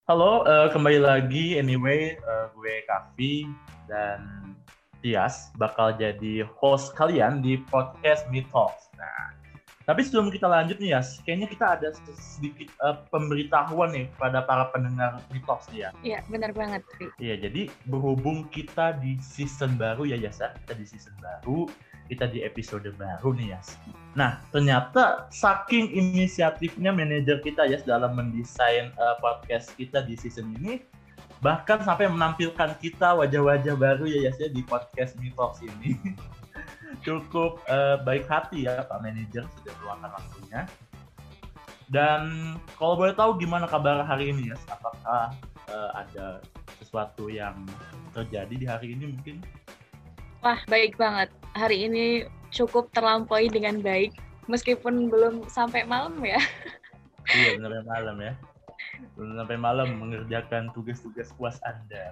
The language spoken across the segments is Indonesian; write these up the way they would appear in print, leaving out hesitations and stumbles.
Halo, kembali lagi. Gue Kavi dan Tias bakal jadi host kalian di podcast Mythos. Nah, tapi sebelum kita lanjut nih, Yas, kayaknya kita ada sedikit pemberitahuan nih pada para pendengar Mythos nih ya. Iya, benar banget, Fi. Iya, jadi berhubung kita di season baru ya, Yas, kita di season baru, kita di episode baru nih, Yas. Nah, ternyata saking inisiatifnya manajer kita, Yas, dalam mendesain podcast kita di season ini, bahkan sampai menampilkan kita wajah-wajah baru ya, Yas, ya, di podcast Mythos ini. Cukup baik hati ya Pak Manajer sudah meluangkan waktunya. Dan kalau boleh tahu gimana kabar hari ini, Yas? Apakah ada sesuatu yang terjadi di hari ini mungkin? Wah, baik banget. Hari ini cukup terlampaui dengan baik, meskipun belum sampai malam ya. Iya, benar malam ya. Belum sampai malam mengerjakan tugas-tugas UAS Anda.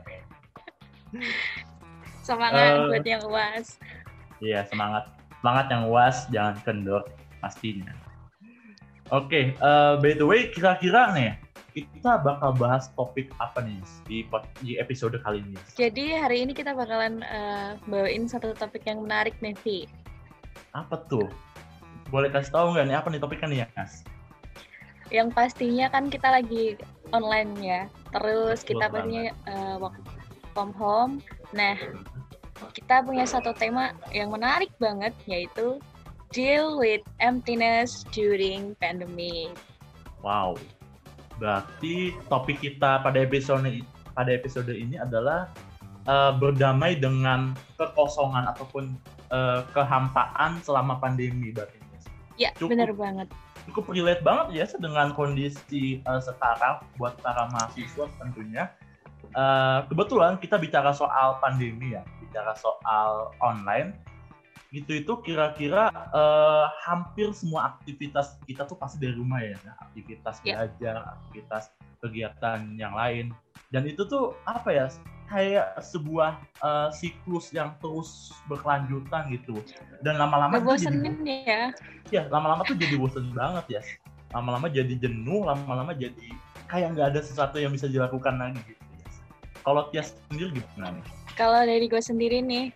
Semangat buat yang UAS. Iya, semangat yang UAS, jangan kendor pastinya. Oke, by the way, kira-kira nih kita bakal bahas topik apa nih di episode kali ini? Jadi hari ini kita bakalan bawain satu topik yang menarik nih, Vi. Apa tuh? Boleh kasih tahu nggak nih apa nih topiknya nih, Mas? Yang pastinya kan kita lagi online ya. Terus Betul kita pastinya work from home. Nah, kita punya satu tema yang menarik banget, yaitu deal with emptiness during pandemic. Wow. Berarti topik kita pada episode ini adalah berdamai dengan kekosongan ataupun kehampaan selama pandemi berarti. Ya, benar banget. Cukup relate banget ya dengan kondisi sekarang buat para mahasiswa tentunya. Kebetulan kita bicara soal pandemi ya, bicara soal online. Itu kira-kira hampir semua aktivitas kita tuh pasti dari rumah ya, aktivitas belajar, aktivitas kegiatan yang lain, dan itu tuh apa ya, kayak sebuah siklus yang terus berkelanjutan gitu, dan lama-lama bosenin ya, lama-lama tuh jadi bosen banget ya, lama-lama jadi jenuh, lama-lama jadi kayak nggak ada sesuatu yang bisa dilakukan lagi gitu ya. Kalau Tias sendiri gimana nih? Kalau dari gue sendiri nih,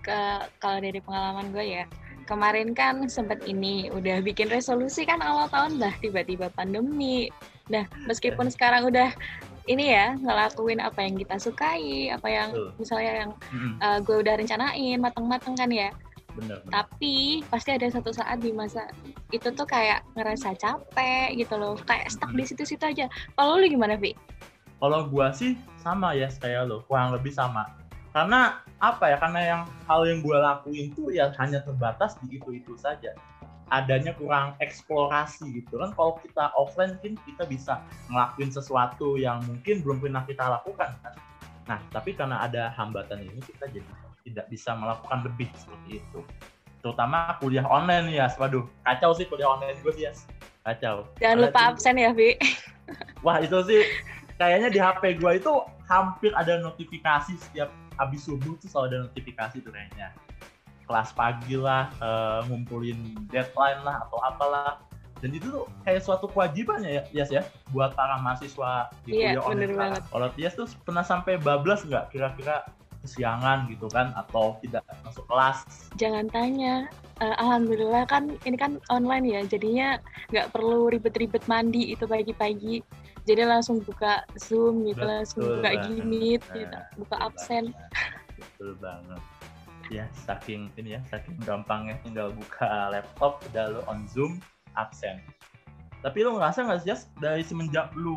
kalau dari pengalaman gue ya, kemarin kan sempat ini udah bikin resolusi kan awal tahun lah, tiba-tiba pandemi. Nah, meskipun sekarang udah ini ya, ngelakuin apa yang kita sukai, apa yang misalnya yang gue udah rencanain matang-matang kan ya. Bener. Tapi pasti ada satu saat di masa itu tuh kayak ngerasa capek gitu loh, kayak stuck di situ-situ aja. Kalau lu gimana, Vi? Kalau gue sih sama ya, kayak lo, kurang lebih sama. Karena apa ya, karena hal yang gue lakuin tuh ya hanya terbatas di itu saja, adanya kurang eksplorasi gitu kan. Kalau kita offline mungkin kita bisa ngelakuin sesuatu yang mungkin belum pernah kita lakukan kan. Nah, tapi karena ada hambatan ini kita jadi tidak bisa melakukan lebih seperti itu, terutama kuliah online ya. Waduh, kacau sih kuliah online gue sih ya, kacau. Jangan lupa absen ya, Vi. Wah, itu sih kayaknya di HP gue itu hampir ada notifikasi setiap habis subuh tuh selalu ada notifikasi tuh kayaknya. Kelas pagi lah, ngumpulin deadline lah atau apalah. Dan itu tuh kayak suatu kewajiban ya, Tias ya, buat para mahasiswa di kuliah online. Kalau Tias tuh pernah sampai bablas nggak kira-kira kesiangan gitu kan, atau tidak masuk kelas? Jangan tanya. Alhamdulillah kan ini kan online ya, jadinya nggak perlu ribet-ribet mandi itu pagi-pagi. Jadi langsung buka Zoom gitu, langsung buka Meet gitu, buka absen. Betul banget. Ya, saking gampangnya tinggal buka laptop, udah lo on Zoom, absen. Tapi lo ngerasa nggak sih, dari semenjak lu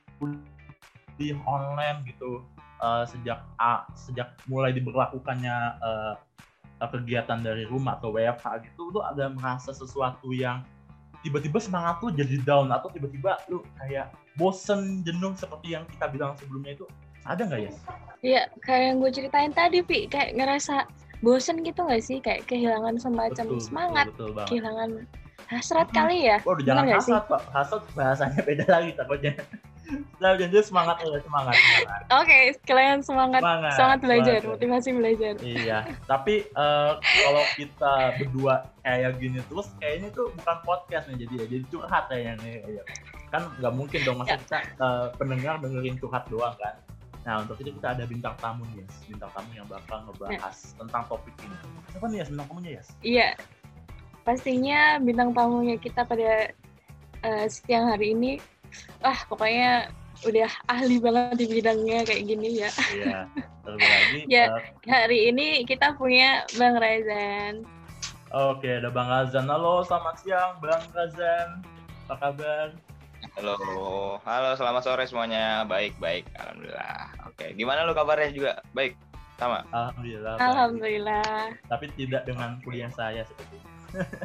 di online gitu, sejak mulai diberlakukannya kegiatan dari rumah atau WFH gitu, lu ada merasa sesuatu yang tiba-tiba semangat lu jadi down, atau tiba-tiba lu kayak bosen, jenuh seperti yang kita bilang sebelumnya itu, ada nggak ya? Iya, kayak yang gue ceritain tadi, Vi, kayak ngerasa bosen gitu nggak sih, kayak kehilangan semacam semangat, kehilangan hasrat kali ya? Waduh, jangan hasrat, Pak. Hasrat bahasanya beda lagi takutnya. Nah, jadi semangat. Oke, kalian semangat belajar, motivasi belajar. Iya, tapi kalau kita berdua kayak gini terus, kayaknya itu bukan podcast nih, jadi curhat kayaknya nih. Kan nggak mungkin dong masa kita pendengar dengerin curhat doang kan. Nah untuk itu kita ada bintang tamu nih, Yas. Bintang tamu yang bakal ngebahas tentang topik ini. Siapa nih Yas bintang tamunya, Yas? Iya, pastinya bintang tamunya kita pada siang hari ini, pokoknya udah ahli banget di bidangnya kayak gini ya. Iya, terlebih lagi. Ya, hari ini kita punya Bang Razan. Oke, ada Bang Razan. Halo, selamat siang Bang Razan. Apa kabar? Halo, selamat sore semuanya. Baik, alhamdulillah. Oke, gimana lu kabarnya juga? Baik, sama? Alhamdulillah. Alhamdulillah. Tapi tidak dengan kuliah saya seperti itu.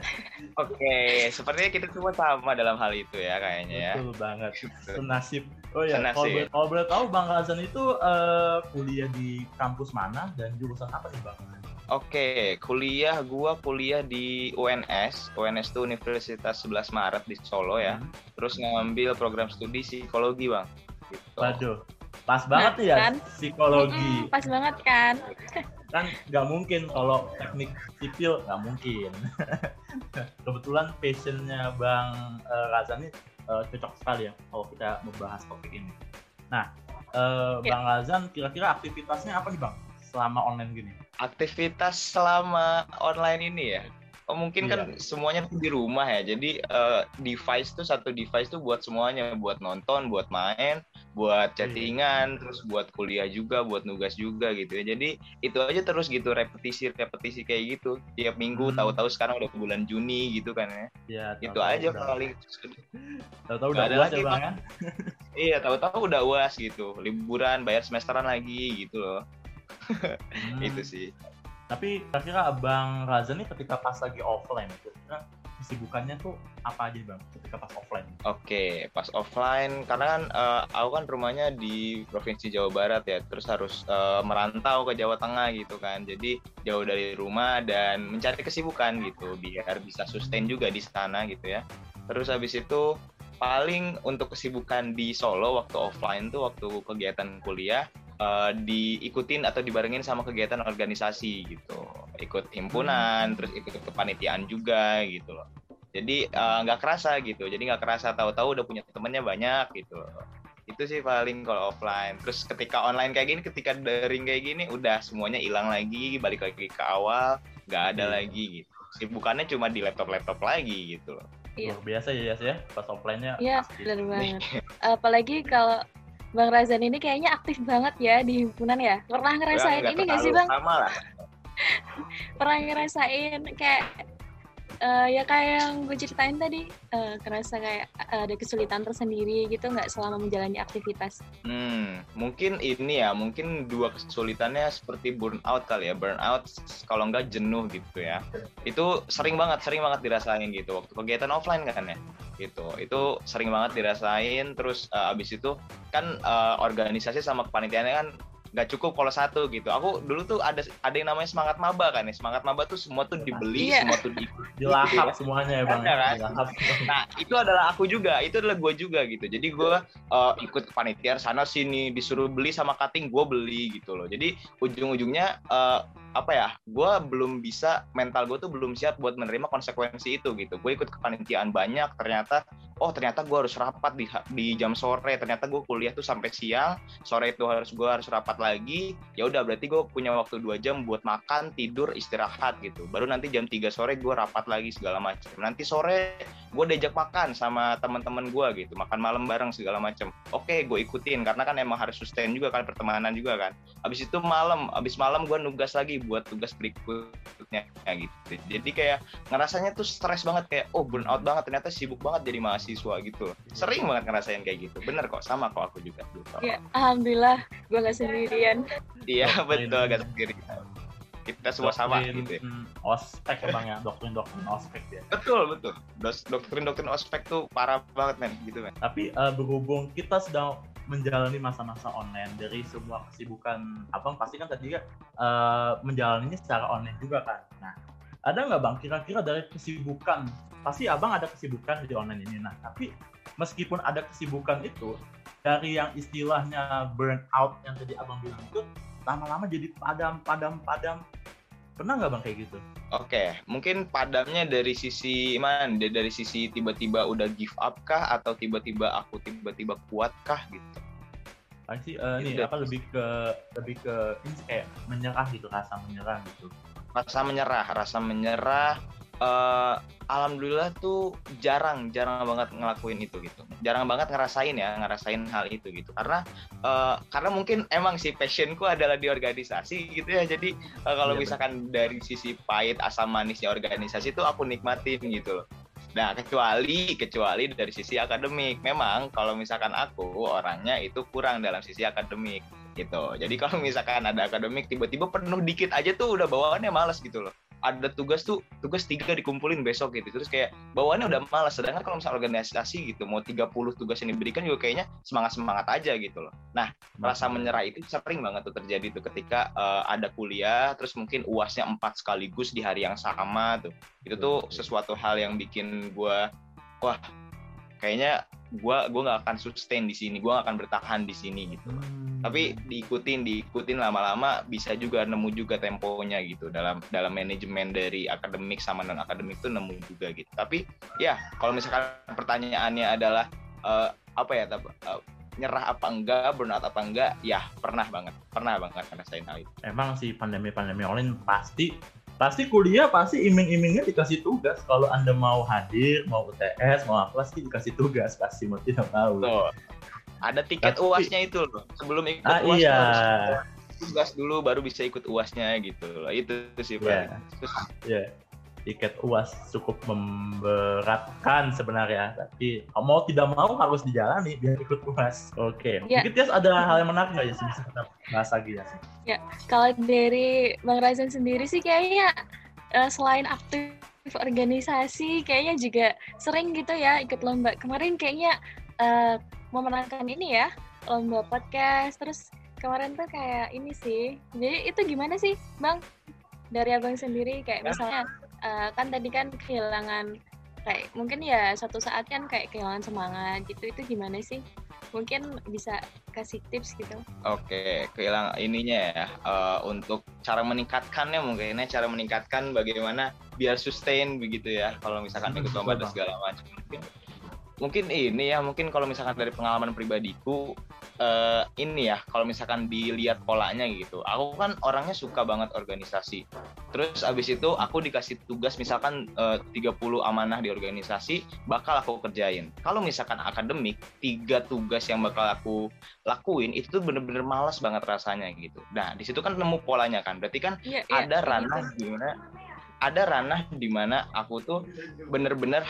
Oke, sepertinya kita semua sama dalam hal itu ya kayaknya ya. Betul banget. Senasib. Oh ya, Senasib. kalau boleh tahu Bang Razan itu kuliah di kampus mana dan jurusan apa nih Bang? Oke, gua kuliah di UNS itu Universitas 11 Maret di Solo ya. Terus ngambil program studi psikologi, Bang. Gitu. Waduh, pas banget nih ya kan? Psikologi. Pas banget kan? Kan nggak mungkin kalau teknik sipil, nggak mungkin. Kebetulan passionnya Bang Razan ini cocok sekali ya kalau kita membahas topik ini. Nah, Bang Razan kira-kira aktivitasnya apa nih Bang selama online gini? Aktivitas selama online ini ya, mungkin kan semuanya di rumah ya, jadi satu device tuh buat semuanya, buat nonton, buat main, buat chattingan, terus buat kuliah juga, buat nugas juga gitu ya. Jadi itu aja terus gitu, repetisi kayak gitu tiap minggu. Tahu-tahu sekarang udah bulan Juni gitu kan ya. Ya itu aja paling. Tahu-tahu udah UAS ya Bang kan? Iya, tahu-tahu udah UAS gitu, liburan, bayar semesteran lagi gitu loh. Itu sih. Tapi kira-kira Abang Razan nih ketika pas lagi offline, kira-kira kesibukannya tuh apa aja Bang ketika pas offline? Oke, pas offline karena kan aku kan rumahnya di Provinsi Jawa Barat ya, terus harus merantau ke Jawa Tengah gitu kan. Jadi jauh dari rumah dan mencari kesibukan gitu biar bisa sustain juga di sana gitu ya. Terus habis itu paling untuk kesibukan di Solo waktu offline tuh waktu kegiatan kuliah diikutin atau dibarengin sama kegiatan organisasi gitu, ikut himpunan, terus ikut kepanitiaan juga gitu loh. Jadi nggak kerasa tahu-tahu udah punya temennya banyak gitu. Itu sih paling kalau offline. Terus ketika online kayak gini, ketika daring kayak gini, udah semuanya hilang lagi, balik lagi ke awal, nggak ada lagi gitu. Sibukannya cuma di laptop lagi gitu loh. Luar biasa ya Yas ya, pas offline-nya. Iya, benar banget. Apalagi kalau Bang Razan ini kayaknya aktif banget ya di himpunan ya. Pernah ngerasain ini nggak sih Bang? Sama lah. Pernah ngerasain kayak kayak yang gue ceritain tadi, kerasa kayak ada kesulitan tersendiri gitu nggak selama menjalani aktivitas? Mungkin dua kesulitannya seperti burnout kali ya. Burnout kalau nggak jenuh gitu ya. Itu sering banget dirasain gitu waktu kegiatan offline kan ya. Gitu. Itu sering banget dirasain. Terus abis itu kan organisasi sama kepanitiaannya kan nggak cukup kalau satu gitu. Aku dulu tuh ada yang namanya semangat maba kan ya. Semangat maba tuh semua tuh dibeli, semua tuh dilahap semuanya ya Bang. Kan? Nah itu adalah aku juga, itu adalah gue juga gitu. Jadi gue ikut kepanitiaan sana sini, disuruh beli sama cutting gue beli gitu loh. Jadi ujung-ujungnya gue belum bisa, mental gue tuh belum siap buat menerima konsekuensi itu gitu. Gue ikut kepanitiaan banyak, ternyata gue harus rapat di jam sore, ternyata gue kuliah tuh sampai siang, sore itu gue harus rapat lagi. Ya udah berarti gue punya waktu 2 jam buat makan, tidur, istirahat gitu. Baru nanti jam 3 sore gue rapat lagi segala macam. Nanti sore gue diajak makan sama teman-teman gue gitu, makan malam bareng segala macam. Oke, gue ikutin karena kan emang harus sustain juga kan, pertemanan juga kan. Abis itu abis malam gue nugas lagi buat tugas berikutnya gitu. Jadi kayak ngerasanya tuh stres banget, kayak burnout banget, ternyata sibuk banget jadi mahasiswa gitu. Sering banget ngerasain kayak gitu. Bener kok, sama kok aku juga gitu. Ya, alhamdulillah gue gak sendirian. Iya betul, gak sendirian. Kita semua sama gitu ya. Ospek ya Bang ya, doktrin ospek ya. Betul. Doktrin ospek tuh parah banget men gitu kan. Tapi berhubung kita sedang menjalani masa-masa online, dari semua kesibukan Abang pasti kan tadi menjalaninya secara online juga kan. Nah, ada nggak Bang kira-kira dari kesibukan, pasti Abang ada kesibukan di online ini. Nah, tapi meskipun ada kesibukan itu, dari yang istilahnya burnout yang tadi Abang bilang itu, lama-lama jadi padam. Pernah nggak Bang kayak gitu? Oke, mungkin padamnya dari sisi mana? Dari sisi tiba-tiba udah give up kah, atau tiba-tiba aku tiba-tiba kuat kah gitu? Pasti Itu nih dari apa lebih ke ini kayak menyerah gitu, rasa menyerah gitu. rasa menyerah. eh, Alhamdulillah tuh jarang banget ngelakuin itu gitu, jarang banget ngerasain hal itu gitu, karena mungkin emang sih passionku adalah di organisasi gitu ya. Jadi kalau Iya, misalkan dari sisi pahit asam manisnya organisasi tuh aku nikmatin gitu loh. Nah, kecuali dari sisi akademik, memang kalau misalkan aku orangnya itu kurang dalam sisi akademik gitu. Jadi kalau misalkan ada akademik tiba-tiba penuh dikit aja tuh udah bawaannya malas gitu loh. Ada tugas 3 dikumpulin besok gitu, terus kayak bawaannya udah malas. Sedangkan kalau misalkan organisasi gitu mau 30 tugas yang diberikan juga kayaknya semangat aja gitu loh. Nah, rasa menyerah itu sering banget tuh terjadi tuh ketika ada kuliah terus mungkin UASnya 4 sekaligus di hari yang sama tuh. Itu tuh sesuatu hal yang bikin gue, wah, kayaknya gue nggak akan sustain di sini, gue nggak akan bertahan di sini gitu. Tapi diikutin lama-lama bisa juga nemu juga temponya gitu, dalam manajemen dari akademik sama non akademik tuh nemu juga gitu. Tapi ya kalau misalkan pertanyaannya adalah nyerah apa enggak, burnout apa enggak, ya pernah banget ngerasain hal itu. Emang sih pandemi online pasti kuliah pasti iming-imingnya dikasih tugas. Kalau Anda mau hadir, mau UTS, mau apa pasti dikasih tugas, pasti mau tidak mau. Tuh. Ada tiket UASnya itu loh. Sebelum ikut UAS iya. harus tugas dulu baru bisa ikut UASnya gitu loh. Itu sih paling. Iya. Tiket UAS cukup memberatkan sebenarnya, tapi mau tidak mau harus dijalani biar ikut UAS. Oke. Mungkin Tias ada hal yang menarik nggak ya bisa kita bahas lagi ya? Ya, kalau dari Bang Razan sendiri sih kayaknya selain aktif organisasi, kayaknya juga sering gitu ya ikut lomba. Kemarin kayaknya memenangkan ini ya, lomba podcast. Terus kemarin tuh kayak ini sih. Jadi itu gimana sih, Bang? Dari Abang sendiri kayak misalnya kan tadi kan kehilangan kayak mungkin ya suatu saat kan kayak kehilangan semangat gitu, itu gimana sih? Mungkin bisa kasih tips gitu. Oke, kehilangan ininya ya, untuk cara meningkatkannya mungkin ya, cara meningkatkan bagaimana biar sustain begitu ya, kalau misalkan ikut lomba dan segala macam. Mungkin ini ya, mungkin kalau misalkan dari pengalaman pribadiku, ini ya, kalau misalkan dilihat polanya gitu, aku kan orangnya suka banget organisasi. Terus abis itu aku dikasih tugas misalkan 30 amanah di organisasi, bakal aku kerjain. Kalau misalkan akademik, 3 tugas yang bakal aku lakuin, itu tuh bener-bener malas banget rasanya gitu. Nah, di situ kan nemu polanya kan, berarti kan ada ranah gitu. Ada ranah di mana aku tuh bener-bener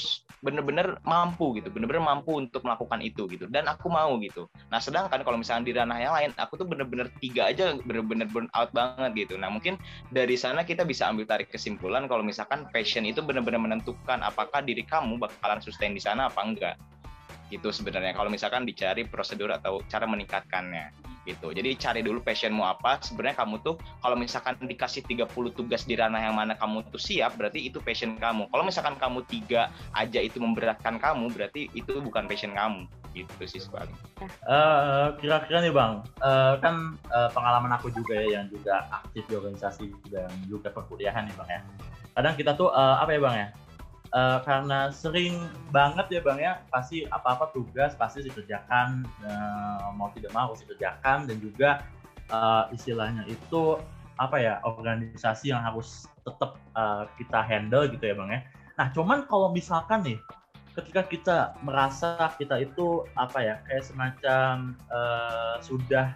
mampu gitu, bener-bener mampu untuk melakukan itu gitu, dan aku mau gitu. Nah, sedangkan kalau misalnya di ranah yang lain, aku tuh bener-bener 3 aja bener-bener burn out banget gitu. Nah, mungkin dari sana kita bisa ambil tarik kesimpulan kalau misalkan passion itu bener-bener menentukan apakah diri kamu bakalan sustain di sana apa enggak. Gitu sebenarnya kalau misalkan dicari prosedur atau cara meningkatkannya gitu. Jadi cari dulu passionmu apa. Sebenarnya kamu tuh kalau misalkan dikasih 30 tugas di ranah yang mana kamu tuh siap, berarti itu passion kamu. Kalau misalkan kamu 3 aja itu memberatkan kamu, berarti itu bukan passion kamu. Gitu sih paling. Kira-kira nih Bang, kan pengalaman aku juga ya yang juga aktif di organisasi dan juga perkuliahan nih Bang ya. Kadang kita tuh apa ya Bang ya? Karena sering banget ya Bang ya, pasti apa-apa tugas pasti dikerjakan, mau tidak mau harus dikerjakan, dan juga istilahnya itu apa ya, organisasi yang harus tetap kita handle gitu ya Bang ya. Nah cuman kalau misalkan nih ketika kita merasa kita itu apa ya, kayak semacam sudah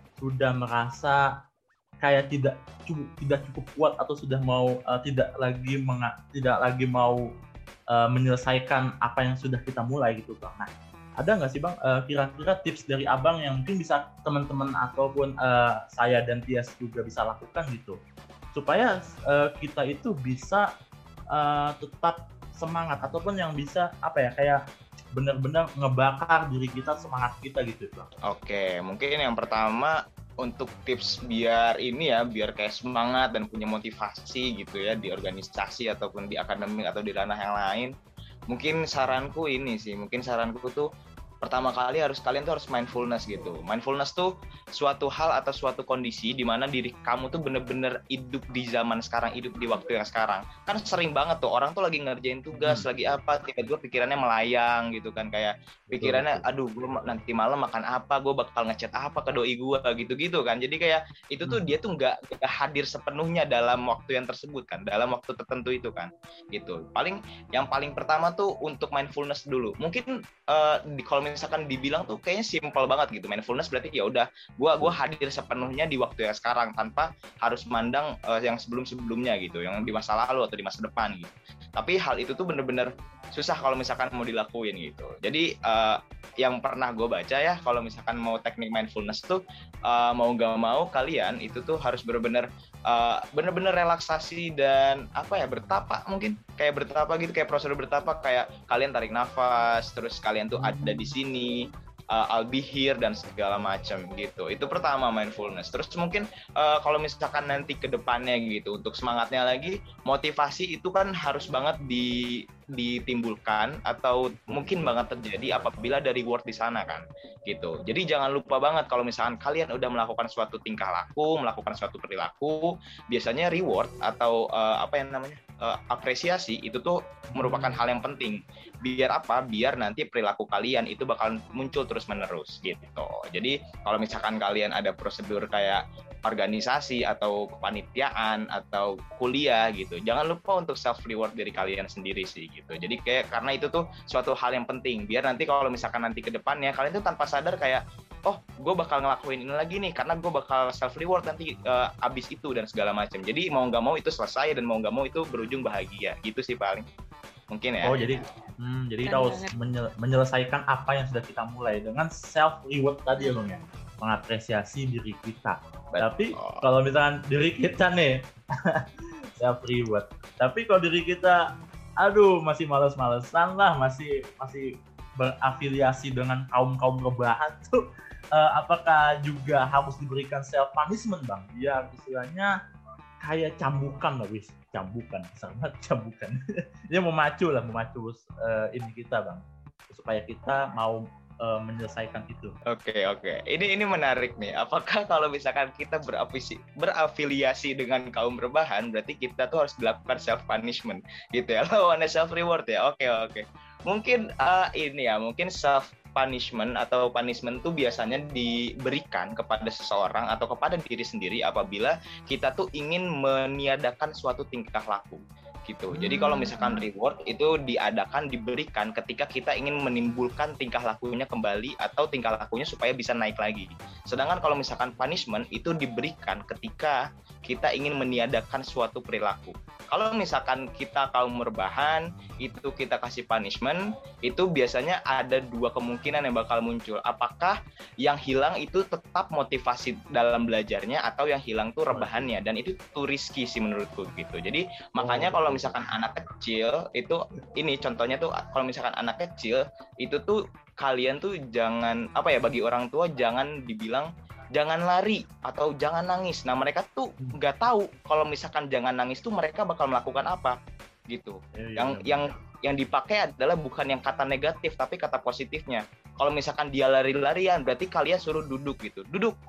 merasa kayak tidak cukup kuat atau sudah mau tidak lagi mau menyelesaikan apa yang sudah kita mulai gitu Bang. Nah, ada nggak sih Bang kira-kira tips dari Abang yang mungkin bisa teman-teman ataupun saya dan Tias juga bisa lakukan gitu, supaya kita itu bisa tetap semangat, ataupun yang bisa apa ya, kayak benar-benar ngebakar diri kita, semangat kita gitu Bang. Oke, mungkin yang pertama untuk tips biar kayak semangat dan punya motivasi gitu ya di organisasi ataupun di akademik atau di ranah yang lain, mungkin saranku tuh pertama kali kalian tuh harus mindfulness gitu. Mindfulness tuh suatu hal atau suatu kondisi di mana diri kamu tuh bener-bener hidup di zaman sekarang, hidup di waktu yang sekarang. Kan sering banget tuh orang tuh lagi ngerjain tugas, lagi apa, tiba-tiba pikirannya melayang gitu kan, kayak pikirannya, aduh gue nanti malam makan apa, gue bakal ngechat apa ke doi gue gitu-gitu kan. Jadi kayak itu tuh dia tuh nggak hadir sepenuhnya dalam waktu yang tersebut kan, dalam waktu tertentu itu kan, gitu. Yang paling pertama tuh untuk mindfulness dulu. Mungkin kalau misalkan dibilang tuh kayaknya simple banget gitu. Mindfulness berarti ya udah gua hadir sepenuhnya di waktu yang sekarang tanpa harus mandang yang sebelum-sebelumnya gitu, yang di masa lalu atau di masa depan gitu. Tapi hal itu tuh bener-bener susah kalau misalkan mau dilakuin gitu. Jadi yang pernah gue baca ya, kalau misalkan mau teknik mindfulness tuh mau gak mau kalian itu tuh harus bener-bener relaksasi dan bertapa, mungkin kayak bertapa gitu, kayak prosedur bertapa, kayak kalian tarik nafas, terus kalian tuh ada di sini, I'll be here dan segala macam gitu. Itu pertama mindfulness. Terus mungkin kalau misalkan nanti ke depannya gitu, untuk semangatnya lagi, motivasi itu kan harus banget ditimbulkan atau mungkin banget terjadi apabila ada reward di sana kan gitu. Jadi jangan lupa banget kalau misalkan kalian udah melakukan suatu tingkah laku, melakukan suatu perilaku, biasanya reward atau apresiasi itu tuh merupakan hal yang penting. Biar apa? Biar nanti perilaku kalian itu bakal muncul terus-menerus gitu. Jadi kalau misalkan kalian ada prosedur kayak organisasi atau kepanitiaan atau kuliah gitu, jangan lupa untuk self reward dari kalian sendiri sih gitu. Jadi kayak karena itu tuh suatu hal yang penting, biar nanti kalau misalkan nanti ke depannya kalian tuh tanpa sadar kayak, oh gue bakal ngelakuin ini lagi nih karena gue bakal self reward nanti abis itu dan segala macam. Jadi mau nggak mau itu selesai dan mau nggak mau itu berujung bahagia gitu sih paling mungkin ya. Oh jadi kita harus menyelesaikan apa yang sudah kita mulai dengan self reward tadi ya Bang ya, mengapresiasi diri kita. Tapi kalau misalkan diri kita nih self reward, tapi kalau diri kita aduh masih males-malesan lah, masih berafiliasi dengan kaum rebahan tuh, apakah juga harus diberikan self punishment Bang? Biar istilahnya kayak cambukan lah, sangat cambukan. Dia memacu ini kita Bang, supaya kita mau menyelesaikan itu. Oke. Ini menarik nih. Apakah kalau misalkan kita berafiliasi dengan kaum rebahan, berarti kita tuh harus dilakukan self punishment gitu ya? Lawannya self reward ya? Oke. Mungkin mungkin self punishment atau punishment itu biasanya diberikan kepada seseorang atau kepada diri sendiri apabila kita tuh ingin meniadakan suatu tingkah laku gitu. Jadi kalau misalkan reward itu diberikan ketika kita ingin menimbulkan tingkah lakunya kembali atau tingkah lakunya supaya bisa naik lagi. Sedangkan kalau misalkan punishment itu diberikan ketika kita ingin meniadakan suatu perilaku. Kalau misalkan kita kaum rebahan, itu kita kasih punishment, itu biasanya ada dua kemungkinan yang bakal muncul. Apakah yang hilang itu tetap motivasi dalam belajarnya atau yang hilang tuh rebahannya, dan itu tuh risky sih menurutku gitu. Jadi makanya kalau misalkan anak kecil itu, ini contohnya tuh kalau misalkan anak kecil itu tuh kalian tuh jangan bagi orang tua jangan dibilang jangan lari atau jangan nangis. Nah mereka tuh nggak tahu kalau misalkan jangan nangis tuh mereka bakal melakukan apa gitu. Yang dipakai adalah bukan yang kata negatif tapi kata positifnya. Kalau misalkan dia lari-larian berarti kalian suruh duduk gitu.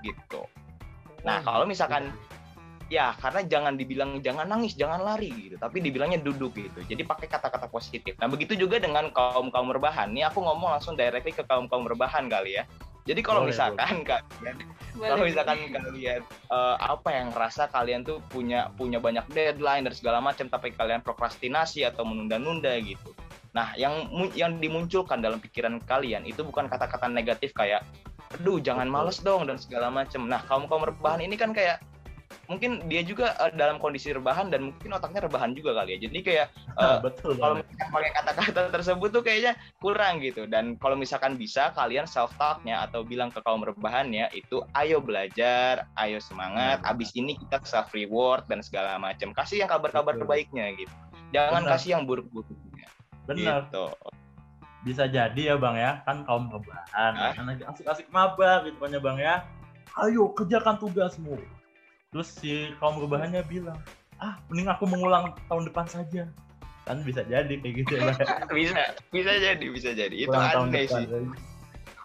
Nah kalau misalkan ya karena jangan dibilang jangan nangis, jangan lari gitu, tapi dibilangnya duduk gitu. Jadi pakai kata-kata positif. Nah begitu juga dengan kaum rebahan. Nih aku ngomong langsung directly ke kaum rebahan kali ya. Jadi kalau misalkan kalian yang ngerasa kalian tuh punya banyak deadline dan segala macam tapi kalian prokrastinasi atau menunda-nunda gitu. Nah, yang dimunculkan dalam pikiran kalian itu bukan kata-kata negatif kayak aduh jangan males dong dan segala macam. Nah, kaum rebahan ini kan kayak mungkin dia juga dalam kondisi rebahan dan mungkin otaknya rebahan juga kali ya. Jadi kayak kalau misalkan pakai kata-kata tersebut tuh kayaknya kurang gitu. Dan kalau misalkan bisa kalian self talknya atau bilang ke kaum rebahannya itu ayo belajar, ayo semangat. Abis ini kita self reward dan segala macam. Kasih yang kabar-kabar terbaiknya gitu. Jangan kasih yang buruk-buruknya. Benar. Gitu. Bisa jadi ya Bang ya, kan kaum rebahan, kan lagi asik-asik mabar gitu kan ya Bang ya. Ayo kerjakan tugasmu. Terus si kaum rebahannya bilang, mending aku mengulang tahun depan saja. Kan bisa jadi kayak gitu ya. bisa jadi. Itu aneh sih.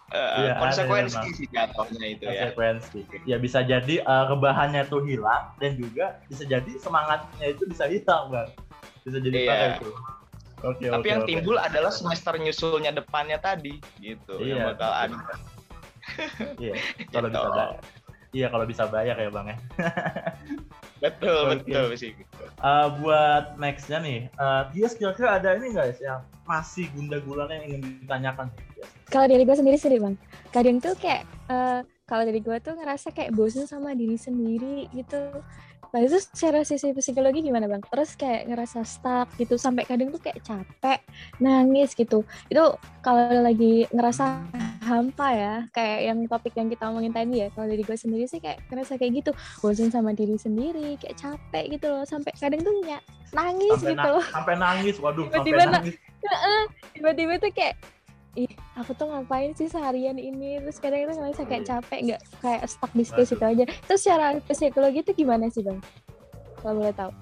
Iya, konsekuensi aneh sih jatuhnya itu ya. konsekuensi. Ya bisa jadi rebahannya itu hilang dan juga bisa jadi semangatnya itu bisa hilang, Bang. Bisa jadi Iya. parah itu. Oke, Tapi yang timbul adalah semester nyusulnya depannya tadi gitu yang Iya. bakal ada. Iya, kalau Gitu. bisa bayar. Iya, kalau bisa bayar ya, Bang ya. Betul, Oke. betul sih. Buat nextnya nih, Tias kira-kira ada ini nggak sih yang masih gunda-gulana yang ingin ditanyakan? Tias? Kalau dari gue sendiri sih bang, kadang tuh kayak kalau dari gue tuh ngerasa kayak bosan sama diri sendiri gitu. Nah itu secara sisi psikologi gimana bang? Terus kayak ngerasa stuck gitu, sampai kadang tuh kayak capek, nangis gitu. Itu kalau lagi ngerasa hampa ya, kayak yang topik yang kita omongin tadi ya. Kalau dari gue sendiri sih kayak ngerasa kayak gitu, bosan sama diri sendiri, kayak capek gitu loh. Sampai kadang tuh nangis Sampai gitu loh. sampai nangis, waduh, Tiba-tiba sampai nangis. Tiba-tiba tuh kayak aku tuh ngapain sih seharian ini, terus kadang itu ngerasa kayak capek, nggak kayak stuck di situ aja. Terus secara psikologi itu gimana sih bang, kalau boleh tahu?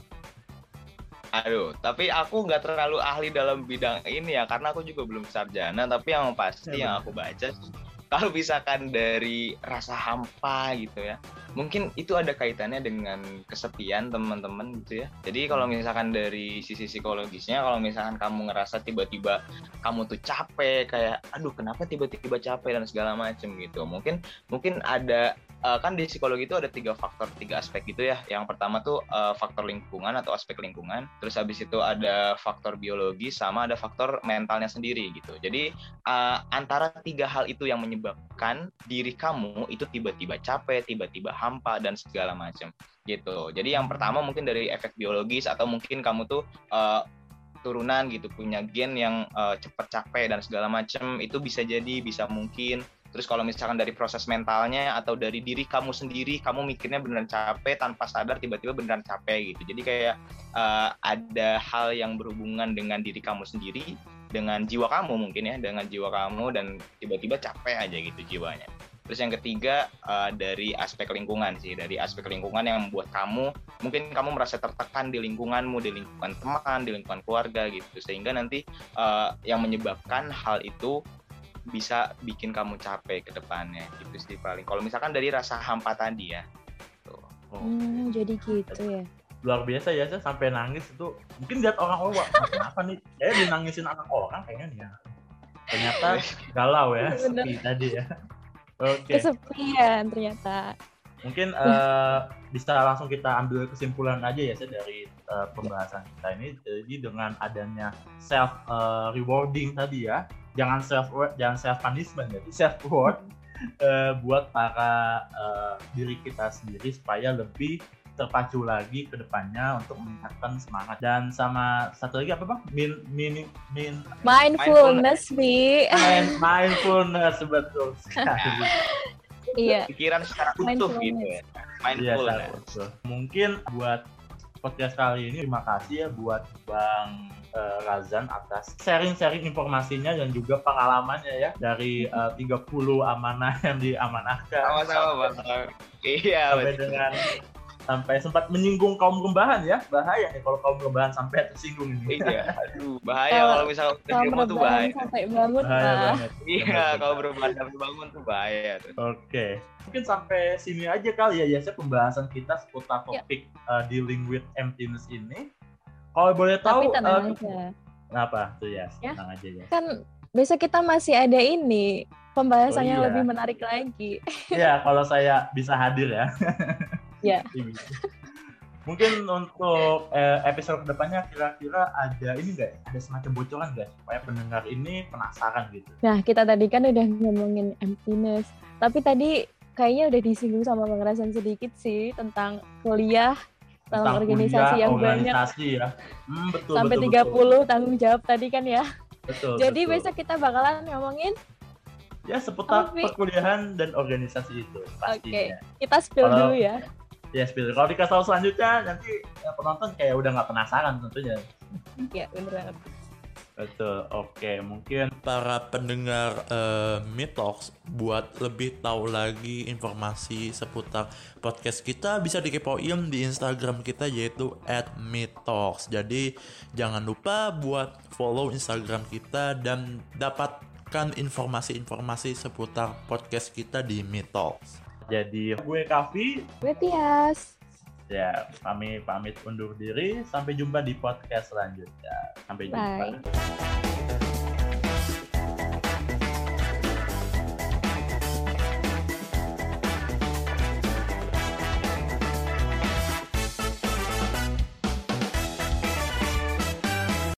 Aduh, tapi aku nggak terlalu ahli dalam bidang ini ya, karena aku juga belum sarjana. Tapi yang pasti yang aku baca sih, kalau misalkan dari rasa hampa gitu ya, mungkin itu ada kaitannya dengan kesepian teman-teman gitu ya. Jadi kalau misalkan dari sisi psikologisnya, kalau misalkan kamu ngerasa tiba-tiba kamu tuh capek, kayak aduh kenapa tiba-tiba capek dan segala macem gitu, mungkin ada kan di psikologi itu ada 3 aspek gitu ya. Yang pertama tuh faktor lingkungan atau aspek lingkungan, terus habis itu ada faktor biologi, sama ada faktor mentalnya sendiri gitu. Jadi antara 3 hal itu yang menyebabkan diri kamu itu tiba-tiba capek, tiba-tiba hampa dan segala macam gitu. Jadi yang pertama mungkin dari efek biologis, atau mungkin kamu tuh turunan gitu, punya gen yang cepat capek dan segala macam, itu bisa jadi, bisa mungkin. Terus kalau misalkan dari proses mentalnya atau dari diri kamu sendiri, kamu mikirnya beneran capek tanpa sadar, tiba-tiba beneran capek gitu. Jadi kayak ada hal yang berhubungan dengan diri kamu sendiri, dengan jiwa kamu mungkin ya, dengan jiwa kamu, dan tiba-tiba capek aja gitu jiwanya. Terus yang ketiga dari aspek lingkungan sih, dari aspek lingkungan yang membuat mungkin kamu merasa tertekan di lingkunganmu, di lingkungan teman, di lingkungan keluarga gitu, sehingga nanti yang menyebabkan hal itu bisa bikin kamu capek ke depannya gitu sih paling. Kalau misalkan dari rasa hampa tadi ya. Tuh. Jadi gitu ya. Luar biasa ya, saya sampai nangis itu. Mungkin lihat orang kenapa nih? Saya dinangisin anak orang kayaknya nih ya. Ternyata galau ya, sepi tadi ya. Oke. Kesepian ternyata. Mungkin bisa langsung kita ambil kesimpulan aja ya dari pembahasan kita ini. Jadi dengan adanya self rewarding tadi ya, jangan self punishment, jadi self reward buat para diri kita sendiri supaya lebih terpacu lagi ke depannya untuk meningkatkan semangat. Dan sama satu lagi apa bang? Mindfulness, Bi. Mindfulness, betul sekali. Iya. Pikiran secara utuh gitu ya. Mindfulness. Iya, mungkin buat podcast kali ini terima kasih ya buat Bang Razan atas sharing informasinya dan juga pengalamannya ya dari 30 amanah yang diamanahkan. Sama-sama Bang. Iya, sampai sempat menyinggung kaum rebahan ya. Bahaya nih kalau kaum rebahan sampai tersinggung ini. Iya, aduh, bahaya kalau misalnya di rumah tuh bahaya. Sampai bangun bahaya banget. Iya, kalau rebahan sampai bangun tuh bahaya tuh. Oke. Mungkin sampai sini aja kali ya pembahasan kita seputar topik dealing with emptiness ini. Kalau boleh tahu, tapi tenang aja. Kenapa tuh ya? Tenang aja ya. Kan besok kita masih ada ini pembahasannya lebih menarik lagi. Iya, kalau saya bisa hadir ya. Ya. Mungkin untuk episode kedepannya kira-kira ada ini nggak? Ada semacam bocoran nggak supaya pendengar ini penasaran gitu? Nah, kita tadi kan udah ngomongin emptiness, tapi tadi kayaknya udah disinggung sama Bang Razan sedikit sih tentang kuliah. Dalam organisasi yang organisasi banyak ya. Betul, sampai betul. 30 tanggung jawab tadi kan ya. Betul. Jadi betul. besok kita bakalan ngomongin ya seputar perkuliahan dan organisasi itu pastinya. Oke. Kita spill dulu ya. Ya spill. Kalau dikasih tahu selanjutnya nanti penonton kayak udah nggak penasaran tentunya. Iya benar banget. Betul, oke. Mungkin para pendengar Mitox buat lebih tahu lagi informasi seputar podcast kita bisa dikepoin di Instagram kita yaitu @mitox. Jadi jangan lupa buat follow Instagram kita dan dapat mendapatkan informasi-informasi seputar podcast kita di Mitalks. Jadi gue Kavi, Gue Tias. ya kami pamit undur diri. Sampai jumpa di podcast selanjutnya. Sampai jumpa. Bye.